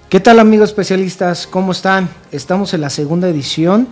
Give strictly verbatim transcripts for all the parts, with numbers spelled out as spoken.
¿Qué tal, amigos especialistas? ¿Cómo están? Estamos en la segunda edición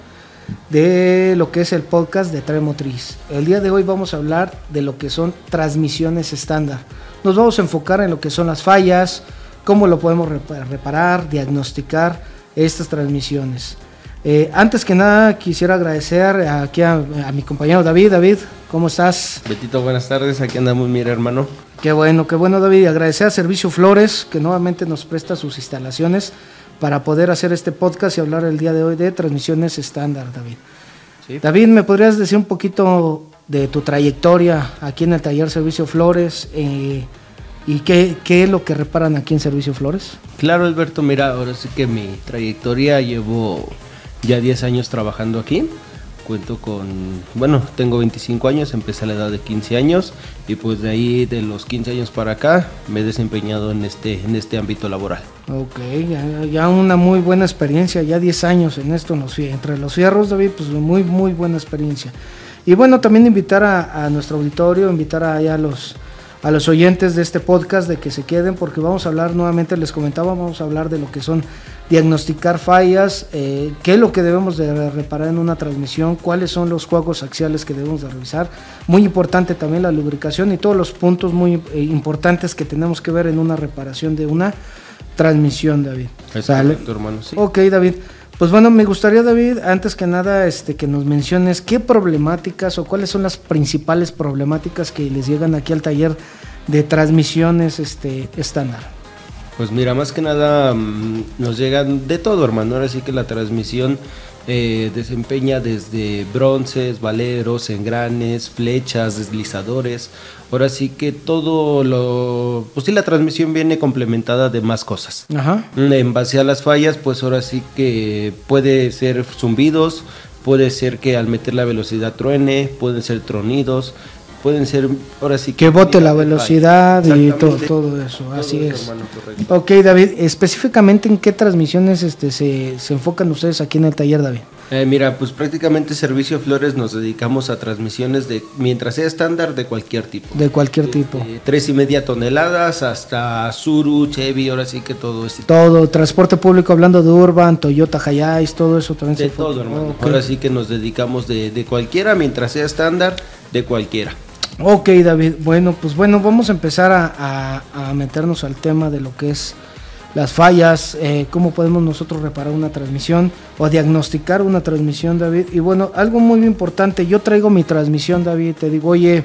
de lo que es el podcast de Trae Motriz. El día de hoy vamos a hablar de lo que son transmisiones estándar. Nos vamos a enfocar en lo que son las fallas, cómo lo podemos reparar, diagnosticar estas transmisiones. Eh, antes que nada quisiera agradecer aquí a, a mi compañero David. David, ¿cómo estás? Betito, buenas tardes, aquí andamos, mira, hermano. Qué bueno, qué bueno, David, y agradecer a Servicio Flores, que nuevamente nos presta sus instalaciones para poder hacer este podcast y hablar el día de hoy de transmisiones estándar, David. ¿Sí? David, ¿me podrías decir un poquito de tu trayectoria aquí en el taller Servicio Flores eh, y qué, qué es lo que reparan aquí en Servicio Flores? Claro, Alberto, mira, ahora sí que mi trayectoria llevo ya diez años trabajando aquí. Cuento con, bueno, tengo veinticinco años, empecé a la edad de quince años y pues de ahí de los quince años para acá me he desempeñado en este, en este ámbito laboral. Ok, ya, ya una muy buena experiencia, ya diez años en esto, en los, entre los fierros, David, pues muy, muy buena experiencia. Y bueno, también invitar a, a nuestro auditorio, invitar a, a los... a los oyentes de este podcast de que se queden, porque vamos a hablar nuevamente, les comentaba, vamos a hablar de lo que son diagnosticar fallas, eh, qué es lo que debemos de reparar en una transmisión, cuáles son los juegos axiales que debemos de revisar, muy importante también la lubricación y todos los puntos muy eh, importantes que tenemos que ver en una reparación de una transmisión, David. Es correcto, hermano, sí. Ok, David. Pues bueno, me gustaría, David, antes que nada, este, que nos menciones qué problemáticas o cuáles son las principales problemáticas que les llegan aquí al taller de transmisiones este, estándar. Pues mira, más que nada mmm, nos llegan de todo, hermano. Ahora sí que la transmisión eh, desempeña desde bronces, valeros, engranes, flechas, deslizadores. Ahora sí que todo lo... Pues sí, la transmisión viene complementada de más cosas. Ajá. En base a las fallas, pues ahora sí que puede ser zumbidos, puede ser que al meter la velocidad truene, pueden ser tronidos, pueden ser, ahora sí que... Que bote la velocidad y todo, todo eso, todo así eso, es. Hermano, ok, David, específicamente ¿en qué transmisiones este, se, se enfocan ustedes aquí en el taller, David? Eh, mira, pues prácticamente Servicio Flores nos dedicamos a transmisiones de, mientras sea estándar, de cualquier tipo. De cualquier tipo. De tres y media toneladas hasta Tsuru, Chevy, ahora sí que todo eso. Todo, transporte público, hablando de Urban, Toyota Hiace, todo eso también. De se todo, hermano. Okay. Ahora sí que nos dedicamos de, de cualquiera, mientras sea estándar, de cualquiera. Ok, David, bueno, pues bueno, vamos a empezar a, a, a meternos al tema de lo que es las fallas, eh, cómo podemos nosotros reparar una transmisión o diagnosticar una transmisión, David. Y bueno, algo muy importante, yo traigo mi transmisión, David, te digo, oye,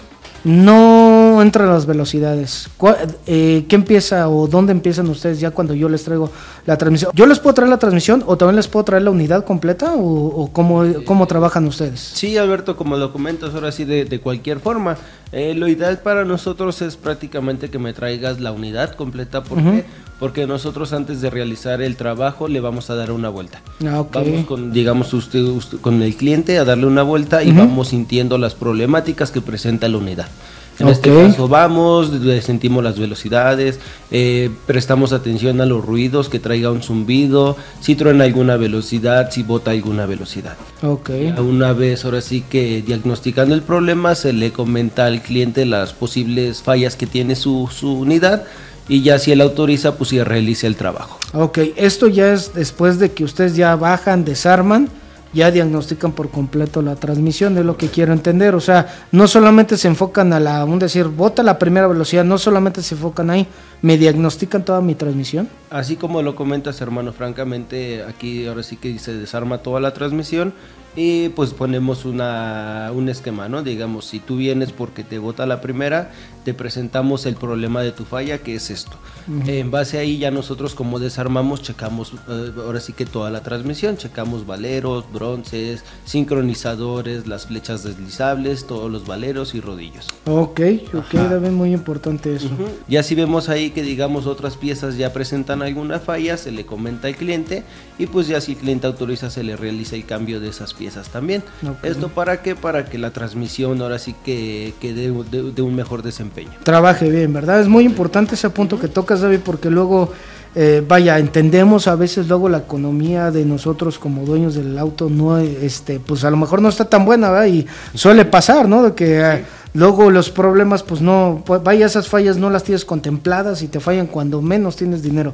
no entran las velocidades. Eh, ¿Qué empieza o dónde empiezan ustedes ya cuando yo les traigo la transmisión? ¿Yo les puedo traer la transmisión o también les puedo traer la unidad completa o, o cómo, cómo trabajan ustedes? Sí, Alberto, como lo comentas, ahora sí de, de cualquier forma. Eh, lo ideal para nosotros es prácticamente que me traigas la unidad completa. ¿Por uh-huh. qué? Porque nosotros antes de realizar el trabajo le vamos a dar una vuelta. Ah, okay. Vamos con, digamos, usted, usted con el cliente a darle una vuelta y uh-huh. vamos sintiendo las problemáticas que presenta la unidad. En okay. este caso vamos, sentimos las velocidades, eh, prestamos atención a los ruidos, que traiga un zumbido, si truena alguna velocidad, si bota alguna velocidad. Okay. Una vez, ahora sí que diagnosticando el problema, se le comenta al cliente las posibles fallas que tiene su, su unidad y ya si él autoriza, pues ya realiza el trabajo. Ok, esto ya es después de que ustedes ya bajan, desarman, ya diagnostican por completo la transmisión, es lo que quiero entender. O sea, no solamente se enfocan a la, un decir, bota la primera velocidad, no solamente se enfocan ahí, me diagnostican toda mi transmisión. Así como lo comentas, hermano, francamente, aquí ahora sí que se desarma toda la transmisión y pues ponemos una, un esquema, ¿no? Digamos, si tú vienes porque te bota la primera, te presentamos el problema de tu falla, que es esto. Uh-huh. En base a ahí ya nosotros como desarmamos, checamos eh, ahora sí que toda la transmisión, checamos valeros, bronces, sincronizadores, las flechas deslizables, todos los valeros y rodillos. Ok, ok, también muy importante eso. Uh-huh. Ya si vemos ahí que digamos otras piezas ya presentan alguna falla, se le comenta al cliente y pues ya si el cliente autoriza se le realiza el cambio de esas piezas también. Okay. ¿Esto para qué? Para que la transmisión ahora sí que, que dé de, de un mejor desempeño. Trabaje bien, ¿verdad? Es muy importante ese punto uh-huh. que tocas, David, porque luego eh, vaya, entendemos a veces luego la economía de nosotros como dueños del auto no, este, pues a lo mejor no está tan buena, ¿verdad? Y suele pasar, ¿no? De que sí. Luego los problemas, pues no, vaya, esas fallas no las tienes contempladas y te fallan cuando menos tienes dinero.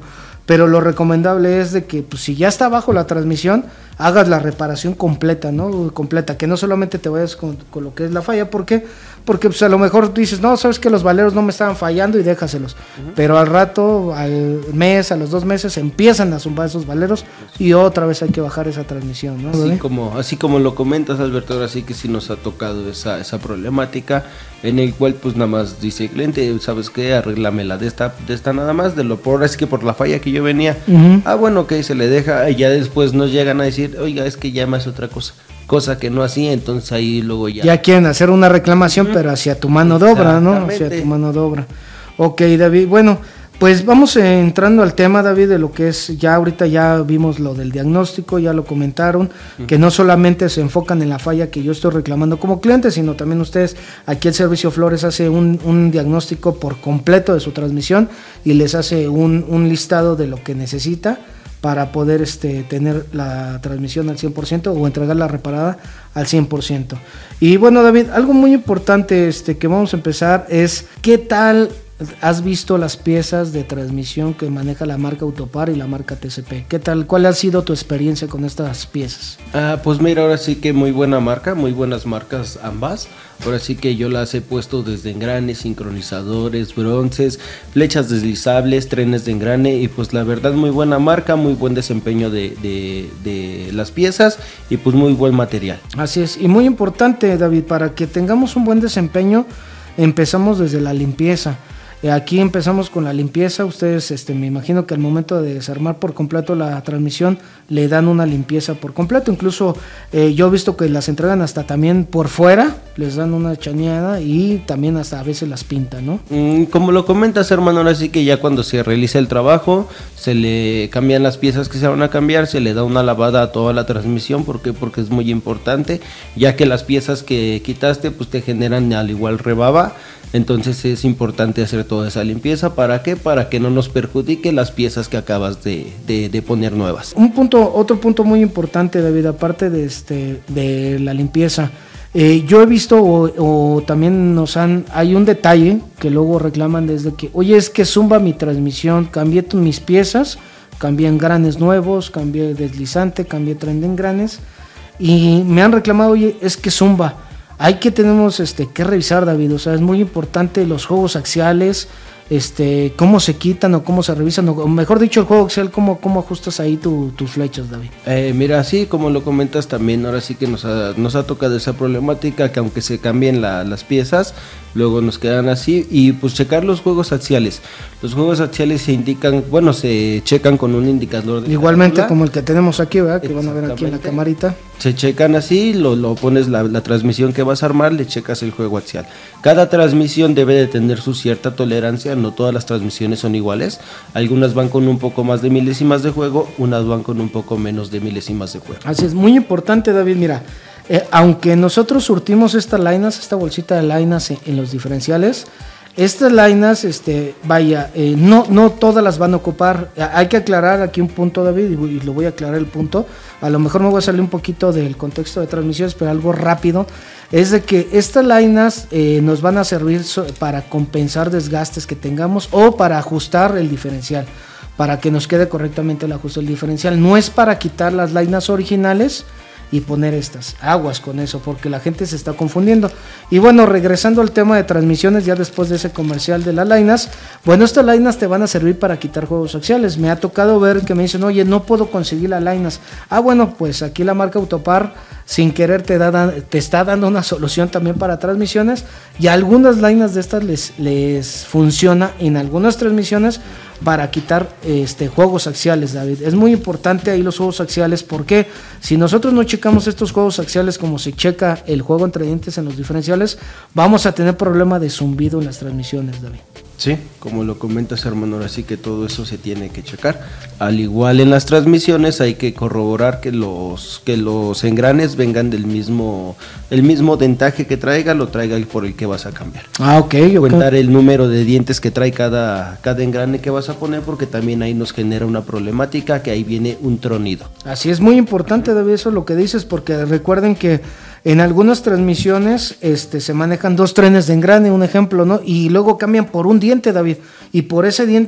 pero lo recomendable es de que pues, si ya está abajo la transmisión, hagas la reparación completa, ¿no? Completa, que no solamente te vayas con, con lo que es la falla, ¿por qué? Porque pues, a lo mejor tú dices, no, sabes que los valeros no me estaban fallando y déjaselos, uh-huh. pero al rato, al mes, a los dos meses, empiezan a zumbar esos valeros y otra vez hay que bajar esa transmisión, ¿no? Así como, así como lo comentas, Alberto, ahora sí que sí nos ha tocado esa, esa problemática, en el cual pues nada más dice el cliente, ¿sabes qué? Arréglamela de esta, de esta nada más, de lo por es que por la falla que yo venía, uh-huh. ah bueno, ok, se le deja, y ya después nos llegan a decir, oiga, es que ya más otra cosa, cosa que no hacía, entonces ahí luego ya... Ya quieren hacer una reclamación, uh-huh. pero hacia tu mano de obra, ¿no? Hacia tu mano de obra. Ok, David, bueno, pues vamos entrando al tema, David, de lo que es, ya ahorita ya vimos lo del diagnóstico, ya lo comentaron, uh-huh. que no solamente se enfocan en la falla que yo estoy reclamando como cliente, sino también ustedes, aquí el Servicio Flores hace un, un diagnóstico por completo de su transmisión y les hace un, un listado de lo que necesita para poder este, tener la transmisión al cien por ciento o entregarla reparada al cien por ciento. Y bueno, David, algo muy importante este, que vamos a empezar es, ¿qué tal has visto las piezas de transmisión que maneja la marca Autopar y la marca T C P? ¿Qué tal? ¿Cuál ha sido tu experiencia con estas piezas? Ah, pues mira, ahora sí que muy buena marca, muy buenas marcas ambas. Ahora sí que yo las he puesto desde engranes, sincronizadores, bronces, flechas deslizables, trenes de engrane y pues la verdad muy buena marca, muy buen desempeño de, de, de las piezas y pues muy buen material. Así es, y muy importante, David, para que tengamos un buen desempeño empezamos desde la limpieza. Aquí empezamos con la limpieza. Ustedes este, me imagino que al momento de desarmar por completo la transmisión le dan una limpieza por completo, incluso eh, yo he visto que las entregan hasta también por fuera, les dan una chaneada y también hasta a veces las pintan, ¿no? Mm, como lo comentas, hermano, ahora sí que ya cuando se realiza el trabajo se le cambian las piezas que se van a cambiar, se le da una lavada a toda la transmisión. ¿Por qué? Porque es muy importante, ya que las piezas que quitaste pues te generan al igual rebaba. Entonces es importante hacer toda esa limpieza. ¿Para qué? Para que no nos perjudique las piezas que acabas de, de, de poner nuevas. Un punto, otro punto muy importante, David, aparte de este de la limpieza, eh, yo he visto o, o también nos han, hay un detalle que luego reclaman desde que, oye, es que zumba mi transmisión, cambié mis piezas, cambié engranes nuevos, cambié deslizante, cambié tren de engranes y me han reclamado, oye, es que zumba. Hay que tenemos este que revisar, David, o sea, es muy importante los juegos axiales, este, cómo se quitan o cómo se revisan, o mejor dicho, el juego axial, cómo, cómo ajustas ahí tu, tus flechas, David. Eh, mira, sí, como lo comentas también, ahora sí que nos ha, nos ha tocado esa problemática, que aunque se cambien la, las piezas, luego nos quedan así, y pues checar los juegos axiales. Los juegos axiales se indican, bueno, se checan con un indicador de igualmente carátula, como el que tenemos aquí, ¿verdad? Que van a ver aquí en la camarita. Se checan así, lo, lo pones la, la transmisión que vas a armar, le checas el juego axial. Cada transmisión debe de tener su cierta tolerancia, no todas las transmisiones son iguales. Algunas van con un poco más de milésimas de juego, unas van con un poco menos de milésimas de juego. Así es, muy importante, David, mira. Eh, aunque nosotros surtimos estas lainas, esta bolsita de lainas en, en los diferenciales, estas lainas, este, vaya, eh, no, no todas las van a ocupar. Hay que aclarar aquí un punto, David, y, y lo voy a aclarar el punto. A lo mejor me voy a salir un poquito del contexto de transmisiones, pero algo rápido. Es de que estas lainas eh, nos van a servir so, para compensar desgastes que tengamos o para ajustar el diferencial, para que nos quede correctamente el ajuste del diferencial. No es para quitar las lainas originales y poner estas, aguas con eso, porque la gente se está confundiendo. Y bueno, regresando al tema de transmisiones, ya después de ese comercial de las lainas, bueno, estas lainas te van a servir para quitar juegos axiales. Me ha tocado ver que me dicen, oye, no puedo conseguir las lainas. Ah, bueno, pues aquí la marca Autopar, sin querer, te, da, te está dando una solución también para transmisiones, y algunas lainas de estas les, les funciona en algunas transmisiones para quitar este, juegos axiales, David. Es muy importante ahí los juegos axiales, porque si nosotros no checamos estos juegos axiales como se checa el juego entre dientes en los diferenciales, vamos a tener problema de zumbido en las transmisiones, David. Sí, como lo comentas, hermano, ahora sí que todo eso se tiene que checar. Al igual en las transmisiones hay que corroborar que los que los engranes vengan del mismo el mismo dentaje que traiga, lo traiga el por el que vas a cambiar. Ah, ok. Cuentar el número de dientes que trae cada, cada engrane que vas a poner, porque también ahí nos genera una problemática, que ahí viene un tronido. Así es, muy importante, David, eso lo que dices, porque recuerden que en algunas transmisiones este, se manejan dos trenes de engrane, un ejemplo, ¿no? Y luego cambian por un diente, David, y por ese diente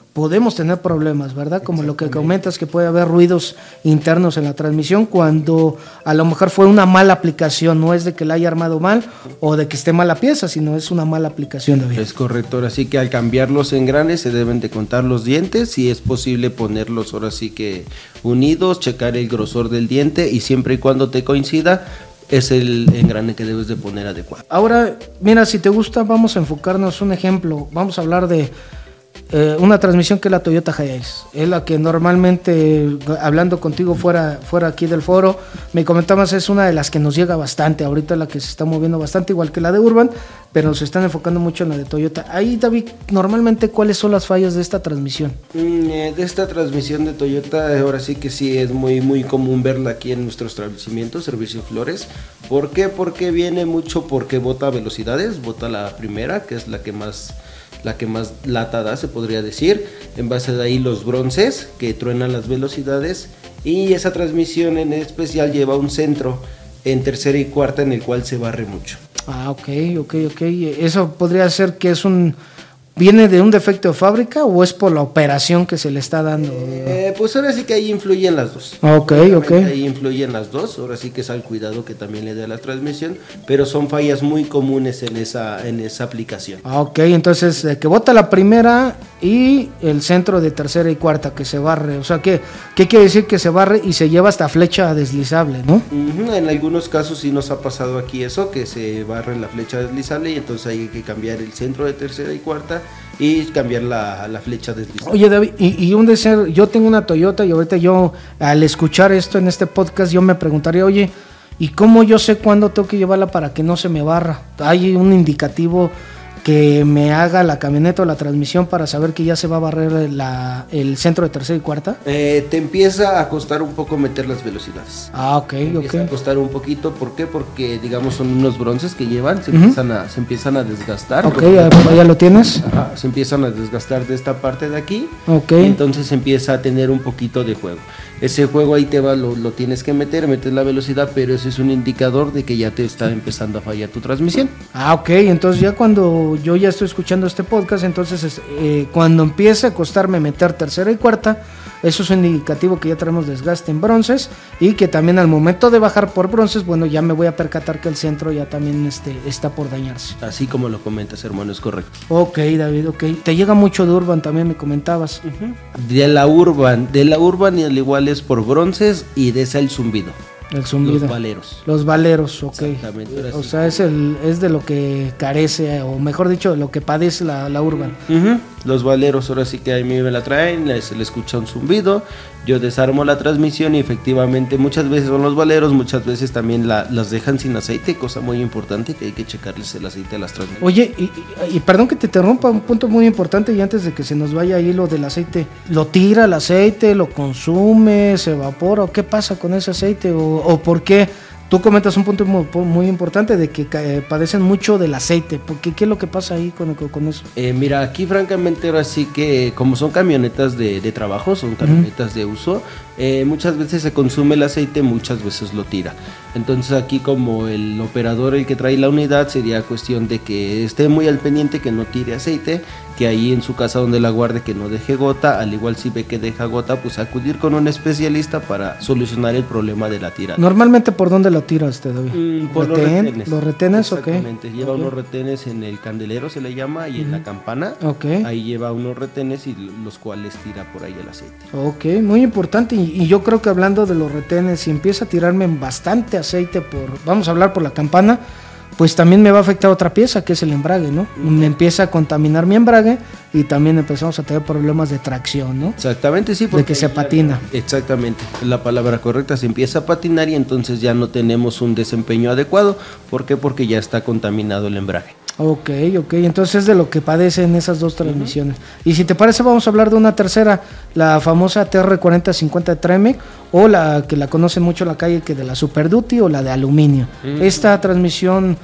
podemos tener problemas, ¿verdad? Como lo que comentas, que puede haber ruidos internos en la transmisión cuando a lo mejor fue una mala aplicación, no es de que la haya armado mal o de que esté mala pieza, sino es una mala aplicación, David. Es correcto, ahora sí que al cambiar los engranes se deben de contar los dientes, si es posible ponerlos ahora sí que unidos, checar el grosor del diente y siempre y cuando te coincida, es el engrane que debes de poner adecuado. Ahora, mira, si te gusta, vamos a enfocarnos un ejemplo, vamos a hablar de Eh, una transmisión que es la Toyota Hiace, es la que normalmente, hablando contigo fuera, fuera aquí del foro, me comentabas, es una de las que nos llega bastante, ahorita la que se está moviendo bastante, igual que la de Urban, pero se están enfocando mucho en la de Toyota. Ahí, David, normalmente, ¿cuáles son las fallas de esta transmisión? Mm, eh, de esta transmisión de Toyota, ahora sí que sí es muy, muy común verla aquí en nuestros establecimientos, Servicio Flores. ¿Por qué? Porque viene mucho porque bota velocidades, bota la primera, que es la que más... la que más lata da, se podría decir. En base de ahí los bronces que truenan las velocidades, y esa transmisión en especial lleva un centro en tercera y cuarta en el cual se barre mucho. Ah, ok, ok, ok. Eso podría ser que es un... ¿Viene de un defecto de fábrica o es por la operación que se le está dando? Eh, pues ahora sí que ahí influyen las dos. Ok, ok. Ahí influyen las dos, ahora sí que es al cuidado que también le da la transmisión, pero son fallas muy comunes en esa, en esa aplicación. Ah, ok, entonces de que bota la primera y el centro de tercera y cuarta que se barre, o sea, ¿qué, qué quiere decir que se barre y se lleva hasta flecha deslizable, no? Uh-huh. En algunos casos sí nos ha pasado aquí eso, que se barre la flecha deslizable y entonces hay que cambiar el centro de tercera y cuarta y cambiar la, la flecha deslizable. Oye, David, y, y un deseo, yo tengo una Toyota y ahorita yo al escuchar esto en este podcast yo me preguntaría, oye, ¿y cómo yo sé cuándo tengo que llevarla para que no se me barra? ¿Hay un indicativo que me haga la camioneta o la transmisión para saber que ya se va a barrer la, el centro de tercera y cuarta? Eh, te empieza a costar un poco meter las velocidades. Ah, ok, te empieza ok. a costar un poquito, ¿por qué? Porque digamos son unos bronces que llevan, se, Uh-huh. empiezan, a, se empiezan a desgastar. Ok, ya, ya lo tienes. Ajá, se empiezan a desgastar de esta parte de aquí. Ok. Y entonces empieza a tener un poquito de juego. Ese juego ahí te va, lo, lo tienes que meter, metes la velocidad, pero ese es un indicador de que ya te está empezando a fallar tu transmisión. Ah, ok, entonces ya cuando yo ya estoy escuchando este podcast, entonces eh, cuando empiece a costarme meter tercera y cuarta, eso es un indicativo que ya tenemos desgaste en bronces y que también al momento de bajar por bronces, bueno, ya me voy a percatar que el centro ya también este, está por dañarse. Así como lo comentas, hermano, es correcto. Ok, David, ok. Te llega mucho de Urban también, me comentabas. Uh-huh. De la Urban, de la Urban y al igual es por bronces y de esa el zumbido. El zumbido. Los valeros. Los valeros, ok. Exactamente. O sea, es el es de lo que carece, o mejor dicho, de lo que padece la, la Urban. Uh-huh. Los valeros, ahora sí que a mí me la traen, se le escucha un zumbido, yo desarmo la transmisión y efectivamente muchas veces son los valeros, muchas veces también la, las dejan sin aceite, cosa muy importante que hay que checarles el aceite a las transmisiones. Oye, y, y, y perdón que te interrumpa, un punto muy importante y antes de que se nos vaya ahí lo del aceite, ¿lo tira el aceite, lo consume, se evapora o qué pasa con ese aceite o, o por qué? Tú comentas un punto muy, muy importante de que eh, padecen mucho del aceite. ¿Por qué? ¿Qué es lo que pasa ahí con, con eso? Eh, mira, aquí francamente ahora sí que como son camionetas de, de trabajo, son camionetas uh-huh. de uso, eh, muchas veces se consume el aceite, muchas veces lo tira. Entonces aquí como el operador, el que trae la unidad, sería cuestión de que esté muy al pendiente, que no tire aceite, que ahí en su casa donde la guarde que no deje gota, al igual si ve que deja gota, pues acudir con un especialista para solucionar el problema de la tirada. Normalmente, ¿por dónde lo tira usted, David? Mm, por ¿Retén? los retenes. ¿Los retenes? Exactamente, Ok. lleva okay. unos retenes en el candelero, se le llama, y uh-huh. en la campana. Okay. Ahí lleva unos retenes y los cuales tira por ahí el aceite. Ok, muy importante. Y, y yo creo que hablando de los retenes, si empieza a tirarme bastante aceite por, vamos a hablar por la campana, pues también me va a afectar otra pieza que es el embrague, ¿no? Uh-huh. Me empieza a contaminar mi embrague y también empezamos a tener problemas de tracción, ¿no? Exactamente, sí. De que se patina. Ya, exactamente, es la palabra correcta, se empieza a patinar y entonces ya no tenemos un desempeño adecuado. ¿Por qué? Porque ya está contaminado el embrague. Ok, ok, entonces es de lo que padecen esas dos transmisiones. Uh-huh. Y si te parece vamos a hablar de una tercera, la famosa T R cuarenta cincuenta de Tremec, o la que la conocen mucho en la calle, que de la Super Duty o la de aluminio. Uh-huh. Esta transmisión,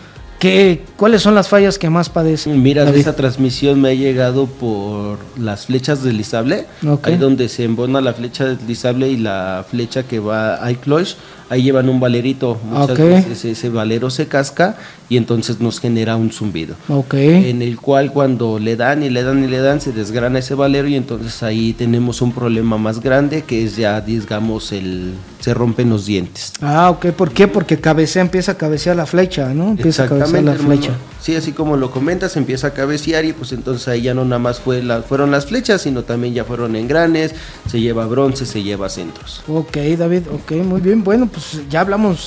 ¿Qué, ¿Cuáles son las fallas que más padecen? Mira, David, esa transmisión me ha llegado por las flechas deslizable, okay. Ahí donde se embona la flecha deslizable y la flecha que va al clutch, ahí llevan un valerito, muchas okay. veces ese valero se casca y entonces nos genera un zumbido, okay. en el cual cuando le dan y le dan y le dan se desgrana ese valero y entonces ahí tenemos un problema más grande que es ya, digamos, el se rompen los dientes. Ah, ok, ¿por qué? Porque cabecea, empieza a cabecear la flecha, ¿no? Empieza a cabecear la flecha. Sí, así como lo comentas, empieza a cabecear y pues entonces ahí ya no nada más fue la, fueron las flechas, sino también ya fueron engranes, se lleva bronce, se lleva centros. Ok, David, ok, muy bien, bueno, pues ya hablamos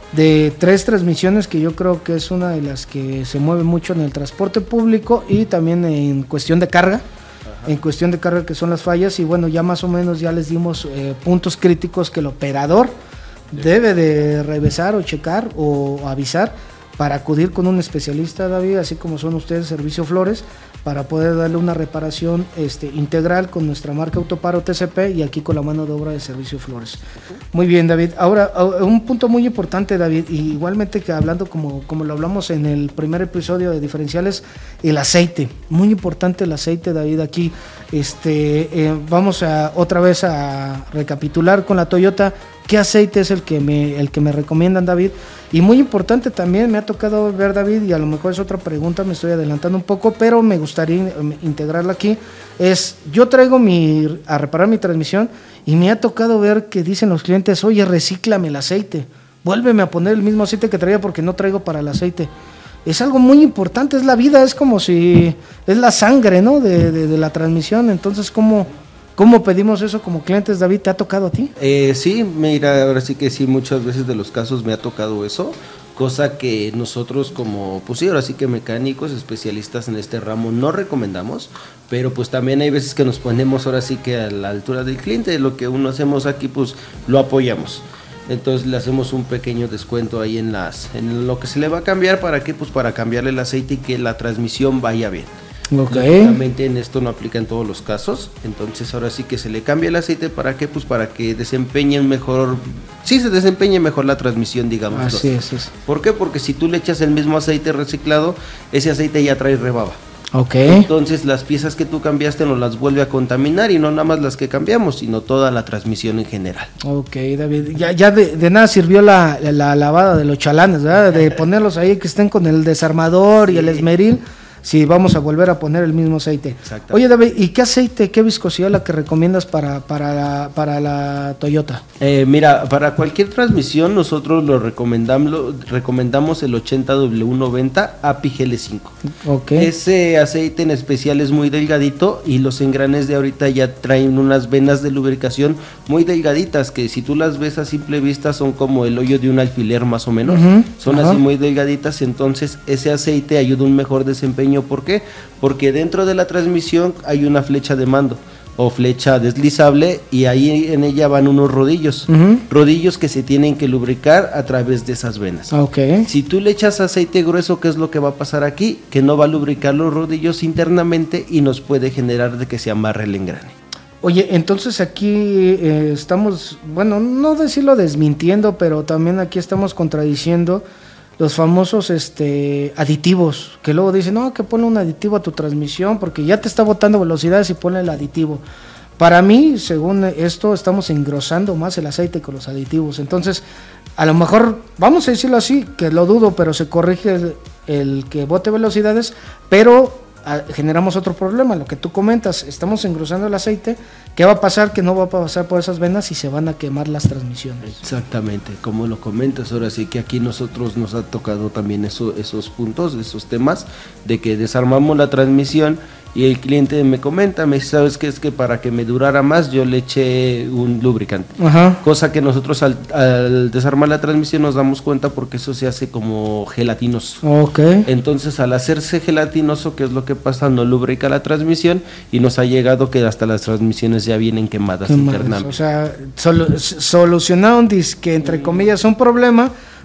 de tres transmisiones que yo creo que es una de las que se mueve mucho en el transporte público y también en cuestión de carga, Ajá. en cuestión de carga que son las fallas y bueno, ya más o menos ya les dimos eh, puntos críticos que el operador sí. debe de revisar o checar o avisar para acudir con un especialista, David, así como son ustedes, Servicio Flores, para poder darle una reparación este, integral con nuestra marca Autoparo T C P y aquí con la mano de obra de Servicio Flores. Muy bien, David. Ahora, un punto muy importante, David, y igualmente que hablando como, como lo hablamos en el primer episodio de diferenciales, el aceite. Muy importante el aceite, David, aquí. Este, eh, vamos a otra vez a recapitular con la Toyota. ¿Qué aceite es el que me, el que me recomiendan, David? Y muy importante también, me ha tocado ver, David, y a lo mejor es otra pregunta, me estoy adelantando un poco, pero me gustaría integrarla aquí, es, yo traigo mi, a reparar mi transmisión, y me ha tocado ver que dicen los clientes, oye, recíclame el aceite, vuélveme a poner el mismo aceite que traía porque no traigo para el aceite. Es algo muy importante, es la vida, es como si, es la sangre, ¿no?, de, de, de la transmisión, entonces, ¿cómo... ¿Cómo pedimos eso como clientes, David? ¿Te ha tocado a ti? Eh, sí, mira, ahora sí que sí, muchas veces de los casos me ha tocado eso, cosa que nosotros como, pues sí, ahora sí que mecánicos, especialistas en este ramo no recomendamos, pero pues también hay veces que nos ponemos ahora sí que a la altura del cliente, lo que uno hacemos aquí pues lo apoyamos. Entonces le hacemos un pequeño descuento ahí en las en lo que se le va a cambiar, ¿para qué? Pues para cambiarle el aceite y que la transmisión vaya bien. Okay. Lógicamente en esto no aplica en todos los casos, entonces ahora sí que se le cambia el aceite, ¿para qué? Pues para que desempeñen mejor, sí se desempeñe mejor la transmisión, digamos. Así es, es. ¿Por qué? Porque si tú le echas el mismo aceite reciclado, ese aceite ya trae rebaba. Ok. Entonces las piezas que tú cambiaste no las vuelve a contaminar y no nada más las que cambiamos, sino toda la transmisión en general. Ok, David, ya, ya de, de nada sirvió la, la, la lavada de los chalanes, ¿verdad? De ponerlos ahí que estén con el desarmador sí. y el esmeril. Si vamos a volver a poner el mismo aceite. Oye, David, ¿y qué aceite, qué viscosidad la que recomiendas para, para, la, para la Toyota? Eh, mira, para cualquier transmisión nosotros lo recomendamos, recomendamos el ochenta W noventa A P I G L cinco. Okay. Ese aceite en especial es muy delgadito y los engranes de ahorita ya traen unas venas de lubricación muy delgaditas que si tú las ves a simple vista son como el hoyo de un alfiler más o menos. Uh-huh. Son uh-huh. así muy delgaditas, entonces ese aceite ayuda a un mejor desempeño. ¿Por qué? Porque dentro de la transmisión hay una flecha de mando o flecha deslizable y ahí en ella van unos rodillos, uh-huh. rodillos que se tienen que lubricar a través de esas venas. Okay. Si tú le echas aceite grueso, ¿qué es lo que va a pasar aquí? Que no va a lubricar los rodillos internamente y nos puede generar de que se amarre el engrane. Oye, entonces aquí eh, estamos, bueno, no decirlo desmintiendo, pero también aquí estamos contradiciendo los famosos este aditivos, que luego dicen, no, que ponle un aditivo a tu transmisión porque ya te está botando velocidades y ponle el aditivo. Para mí, según esto, estamos engrosando más el aceite con los aditivos. Entonces, a lo mejor, vamos a decirlo así, que lo dudo, pero se corrige el, el que bote velocidades, pero a, generamos otro problema, lo que tú comentas, estamos engrosando el aceite, ¿qué va a pasar? Que no va a pasar por esas venas y se van a quemar las transmisiones. Exactamente, como lo comentas, ahora sí que aquí nosotros nos ha tocado también eso, esos puntos, esos temas, de que desarmamos la transmisión y el cliente me comenta, me dice, ¿sabes qué? Es que para que me durara más yo le eché un lubricante. Ajá. Cosa que nosotros al, al desarmar la transmisión nos damos cuenta porque eso se hace como gelatinoso. Okay. Entonces al hacerse gelatinoso, ¿qué es lo que pasa? No lubrica la transmisión y nos ha llegado que hasta las transmisiones ya vienen quemadas, quemadas internamente. O sea, solu- solucionaron, que entre comillas, un problema,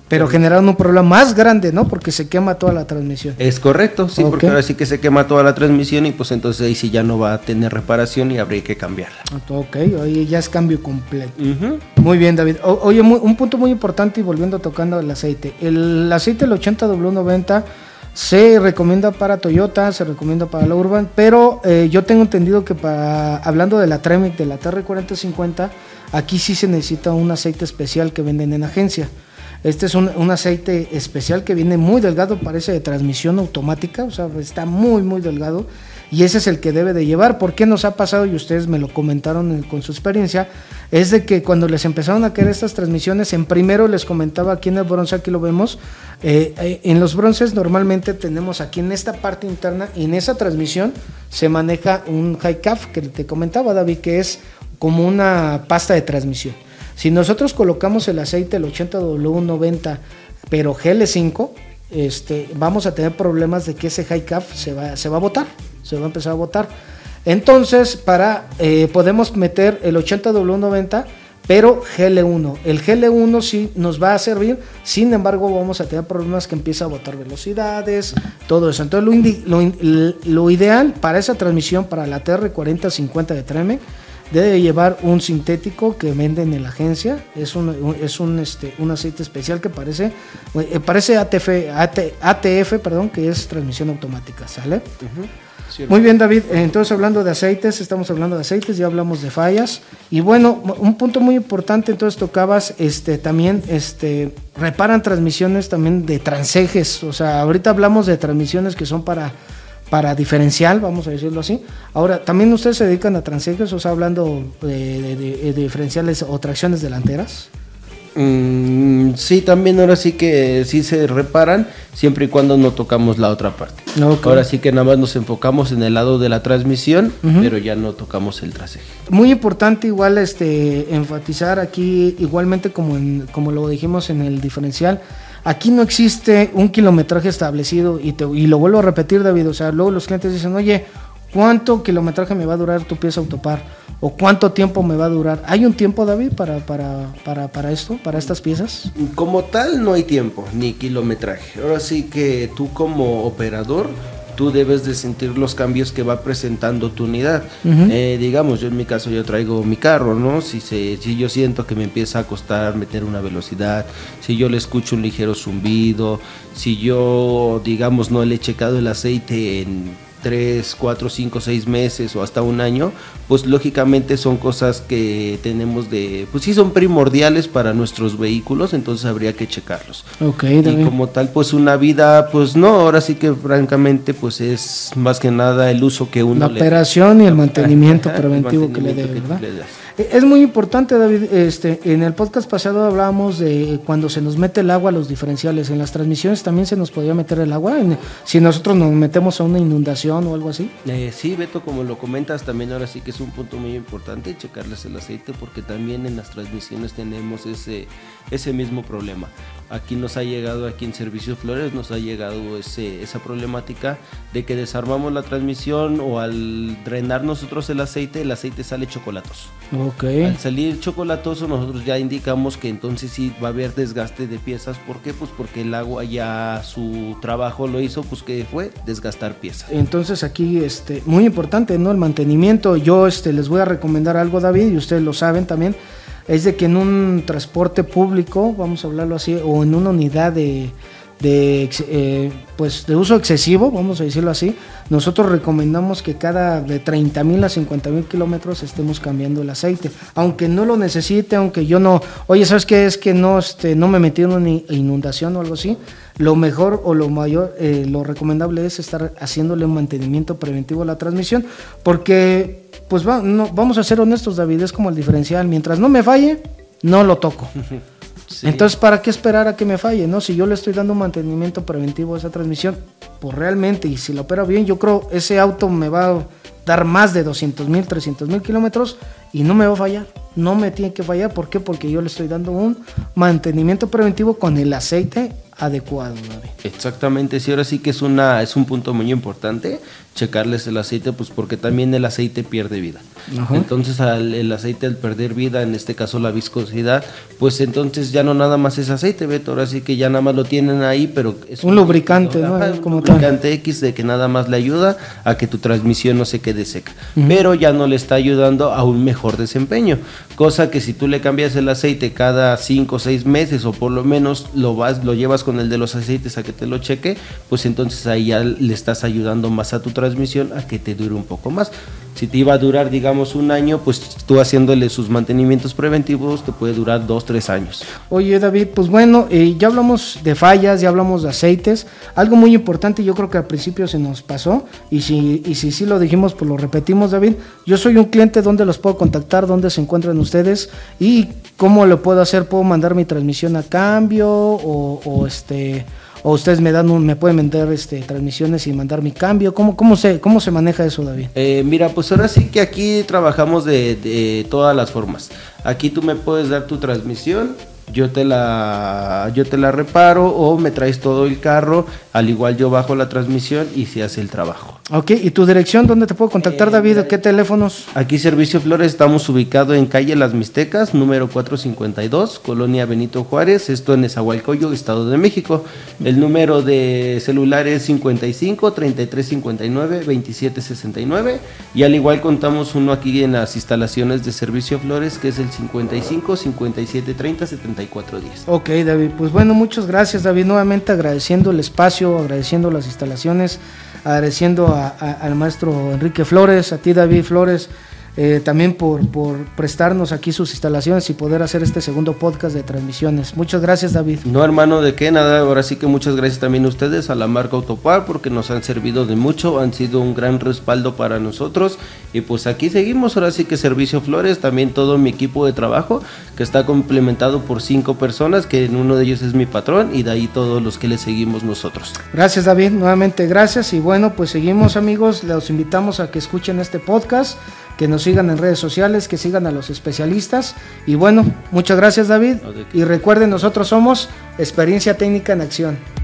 pero generaron un problema más grande, ¿no? Porque se quema toda la transmisión. Es correcto, sí, okay. Porque ahora sí que se quema toda la transmisión y pues entonces ahí sí ya no va a tener reparación y habría que cambiarla. Ok, oye, ya es cambio completo. Uh-huh. Muy bien, David. O, oye, muy, un punto muy importante y volviendo tocando el aceite. El aceite, el ochenta doble u noventa, se recomienda para Toyota, se recomienda para la Urban, pero eh, yo tengo entendido que para, hablando de la Tremec, de la T R cuarenta cincuenta, aquí sí se necesita un aceite especial que venden en agencia. Este es un, un aceite especial que viene muy delgado, parece de transmisión automática, o sea, está muy, muy delgado, y ese es el que debe de llevar. ¿Por qué nos ha pasado? Y ustedes me lo comentaron con su experiencia, es de que cuando les empezaron a caer estas transmisiones, en primero les comentaba aquí en el bronce, aquí lo vemos, eh, eh, en los bronces normalmente tenemos aquí en esta parte interna, y en esa transmisión se maneja un high calf, que te comentaba, David, que es como una pasta de transmisión. Si nosotros colocamos el aceite, el ochenta doble u noventa, pero G L cinco, este, vamos a tener problemas de que ese high calf se va, se va a botar, se va a empezar a botar. Entonces, para eh, podemos meter el ochenta doble u noventa, pero G L uno. El G L uno sí nos va a servir, sin embargo, vamos a tener problemas que empieza a botar velocidades, todo eso. Entonces, lo, indi- lo, lo ideal para esa transmisión, para la T R cuarenta cincuenta de Tremec, debe llevar un sintético que venden en la agencia. Es un, un, es un, este, un aceite especial que parece, eh, parece A T F, A T, A T F, perdón, que es transmisión automática, ¿sale? Uh-huh. Sí, muy bien, David. Entonces, hablando de aceites, estamos hablando de aceites, ya hablamos de fallas. Y bueno, un punto muy importante, entonces tocabas este, también, este, reparan transmisiones también de transejes. O sea, ahorita hablamos de transmisiones que son para... para diferencial, vamos a decirlo así. Ahora, ¿también ustedes se dedican a transejes, o sea, hablando de, de, de, de diferenciales o tracciones delanteras? Mm, sí, también ahora sí que sí se reparan, siempre y cuando no tocamos la otra parte. Okay. Ahora sí que nada más nos enfocamos en el lado de la transmisión, uh-huh. pero ya no tocamos el traseje. Muy importante igual este enfatizar aquí, igualmente como, en, como lo dijimos en el diferencial, aquí no existe un kilometraje establecido, y, te, y lo vuelvo a repetir, David, o sea, luego los clientes dicen, oye, ¿cuánto kilometraje me va a durar tu pieza Autopar? ¿O cuánto tiempo me va a durar? ¿Hay un tiempo, David, para, para, para, para esto, para estas piezas? Como tal, no hay tiempo, ni kilometraje. Ahora sí que tú como operador, tú debes de sentir los cambios que va presentando tu unidad. Uh-huh. Eh, digamos, yo en mi caso yo traigo mi carro, ¿no? Si, se, si yo siento que me empieza a costar meter una velocidad, si yo le escucho un ligero zumbido, si yo, digamos, no le he checado el aceite en tres, cuatro, cinco, seis meses o hasta un año, pues lógicamente son cosas que tenemos de, pues sí son primordiales para nuestros vehículos, entonces habría que checarlos. Okay, y como tal, pues una vida, pues no, ahora sí que francamente, pues es más que nada el uso que uno la le... La operación y el mantenimiento preventivo el mantenimiento que le dé, ¿verdad? Le es muy importante, David, este, en el podcast pasado hablábamos de cuando se nos mete el agua a los diferenciales, en las transmisiones también se nos podía meter el agua, en, si nosotros nos metemos a una inundación o algo así. Eh, sí, Beto, como lo comentas, también ahora sí que es un punto muy importante checarles el aceite, porque también en las transmisiones tenemos ese, ese mismo problema. Aquí nos ha llegado, aquí en Servicios Flores nos ha llegado ese, esa problemática de que desarmamos la transmisión o al drenar nosotros el aceite, el aceite sale chocolatoso. Okay. Al salir chocolatoso nosotros ya indicamos que entonces sí va a haber desgaste de piezas. ¿Por qué? Pues porque el agua ya su trabajo lo hizo, pues que fue desgastar piezas. Entonces aquí este muy importante, ¿no? El mantenimiento. Yo este les voy a recomendar algo, David, y ustedes lo saben también, es de que en un transporte público, vamos a hablarlo así, o en una unidad de, de, eh, pues de uso excesivo, vamos a decirlo así, nosotros recomendamos que cada de treinta mil a cincuenta mil kilómetros estemos cambiando el aceite, aunque no lo necesite, aunque yo no, oye, ¿sabes qué? Es que no, este, no me metí en una inundación o algo así. Lo mejor o lo mayor, eh, lo recomendable es estar haciéndole un mantenimiento preventivo a la transmisión, porque pues va, no, vamos a ser honestos, David, es como el diferencial, mientras no me falle, no lo toco. Sí. Entonces, ¿para qué esperar a que me falle? ¿No? Si yo le estoy dando un mantenimiento preventivo a esa transmisión, pues realmente, y si la opero bien, yo creo ese auto me va a dar más de doscientos mil, trescientos mil kilómetros y no me va a fallar, no me tiene que fallar. ¿Por qué? Porque yo le estoy dando un mantenimiento preventivo con el aceite adecuado, David. Exactamente, sí, ahora sí que es una es un punto muy importante checarles el aceite, pues porque también el aceite pierde vida. Ajá. Entonces al, el aceite al perder vida, en este caso la viscosidad, pues entonces ya no nada más es aceite, Beto, ahora sí que ya nada más lo tienen ahí, pero es un, un lubricante, ¿no? Ajá, un lubricante X de que nada más le ayuda a que tu transmisión no se quede seca, uh-huh. pero ya no le está ayudando a un mejor desempeño, cosa que si tú le cambias el aceite cada cinco o seis meses o por lo menos lo vas lo llevas con el de los aceites a que te lo cheque, pues entonces ahí ya le estás ayudando más a tu transmisión a que te dure un poco más. Si te iba a durar, digamos, un año, pues tú haciéndole sus mantenimientos preventivos te puede durar dos, tres años. Oye, David, pues bueno, eh, ya hablamos de fallas, ya hablamos de aceites. Algo muy importante, yo creo que al principio se nos pasó, y si y si sí lo dijimos, pues lo repetimos, David. Yo soy un cliente, ¿dónde los puedo contactar? ¿Dónde se encuentran ustedes? ¿Y cómo lo puedo hacer? ¿Puedo mandar mi transmisión a cambio? O, o este... o ustedes me dan un, me pueden vender este transmisiones y mandar mi cambio. ¿Cómo, cómo se cómo se maneja eso, David? Eh, mira, pues ahora sí que aquí trabajamos de, de todas las formas. Aquí tú me puedes dar tu transmisión, yo te la yo te la reparo, o me traes todo el carro, al igual yo bajo la transmisión y se hace el trabajo. Ok, ¿y tu dirección? ¿Dónde te puedo contactar, eh, David? ¿Qué teléfonos? Aquí Servicio Flores, estamos ubicados en calle Las Mixtecas, número cuatrocientos cincuenta y dos, Colonia Benito Juárez, esto en Nezahualcóyotl, Estado de México. El número de celular es cincuenta y cinco, treinta y tres cincuenta y nueve, veintisiete sesenta y nueve, y al igual contamos uno aquí en las instalaciones de Servicio Flores, que es el cincuenta y cinco, cincuenta y siete, treinta, setenta y cuatro diez. Ok, David, pues bueno, muchas gracias, David, nuevamente agradeciendo el espacio, agradeciendo las instalaciones, agradeciendo a, a, al maestro Enrique Flores, a ti, David Flores, eh, también por, por prestarnos aquí sus instalaciones y poder hacer este segundo podcast de transmisiones. Muchas gracias, David. No, hermano, de qué, nada, ahora sí que muchas gracias también a ustedes, a la marca Autopar, porque nos han servido de mucho, han sido un gran respaldo para nosotros, y pues aquí seguimos, ahora sí que Servicio Flores, también todo mi equipo de trabajo, que está complementado por cinco personas, que en uno de ellos es mi patrón, y de ahí todos los que le seguimos nosotros. Gracias, David, nuevamente gracias, y bueno, pues seguimos, amigos, los invitamos a que escuchen este podcast, que nos sigan en redes sociales, que sigan a los especialistas, y bueno, muchas gracias, David, y recuerden, nosotros somos Experiencia Técnica en Acción.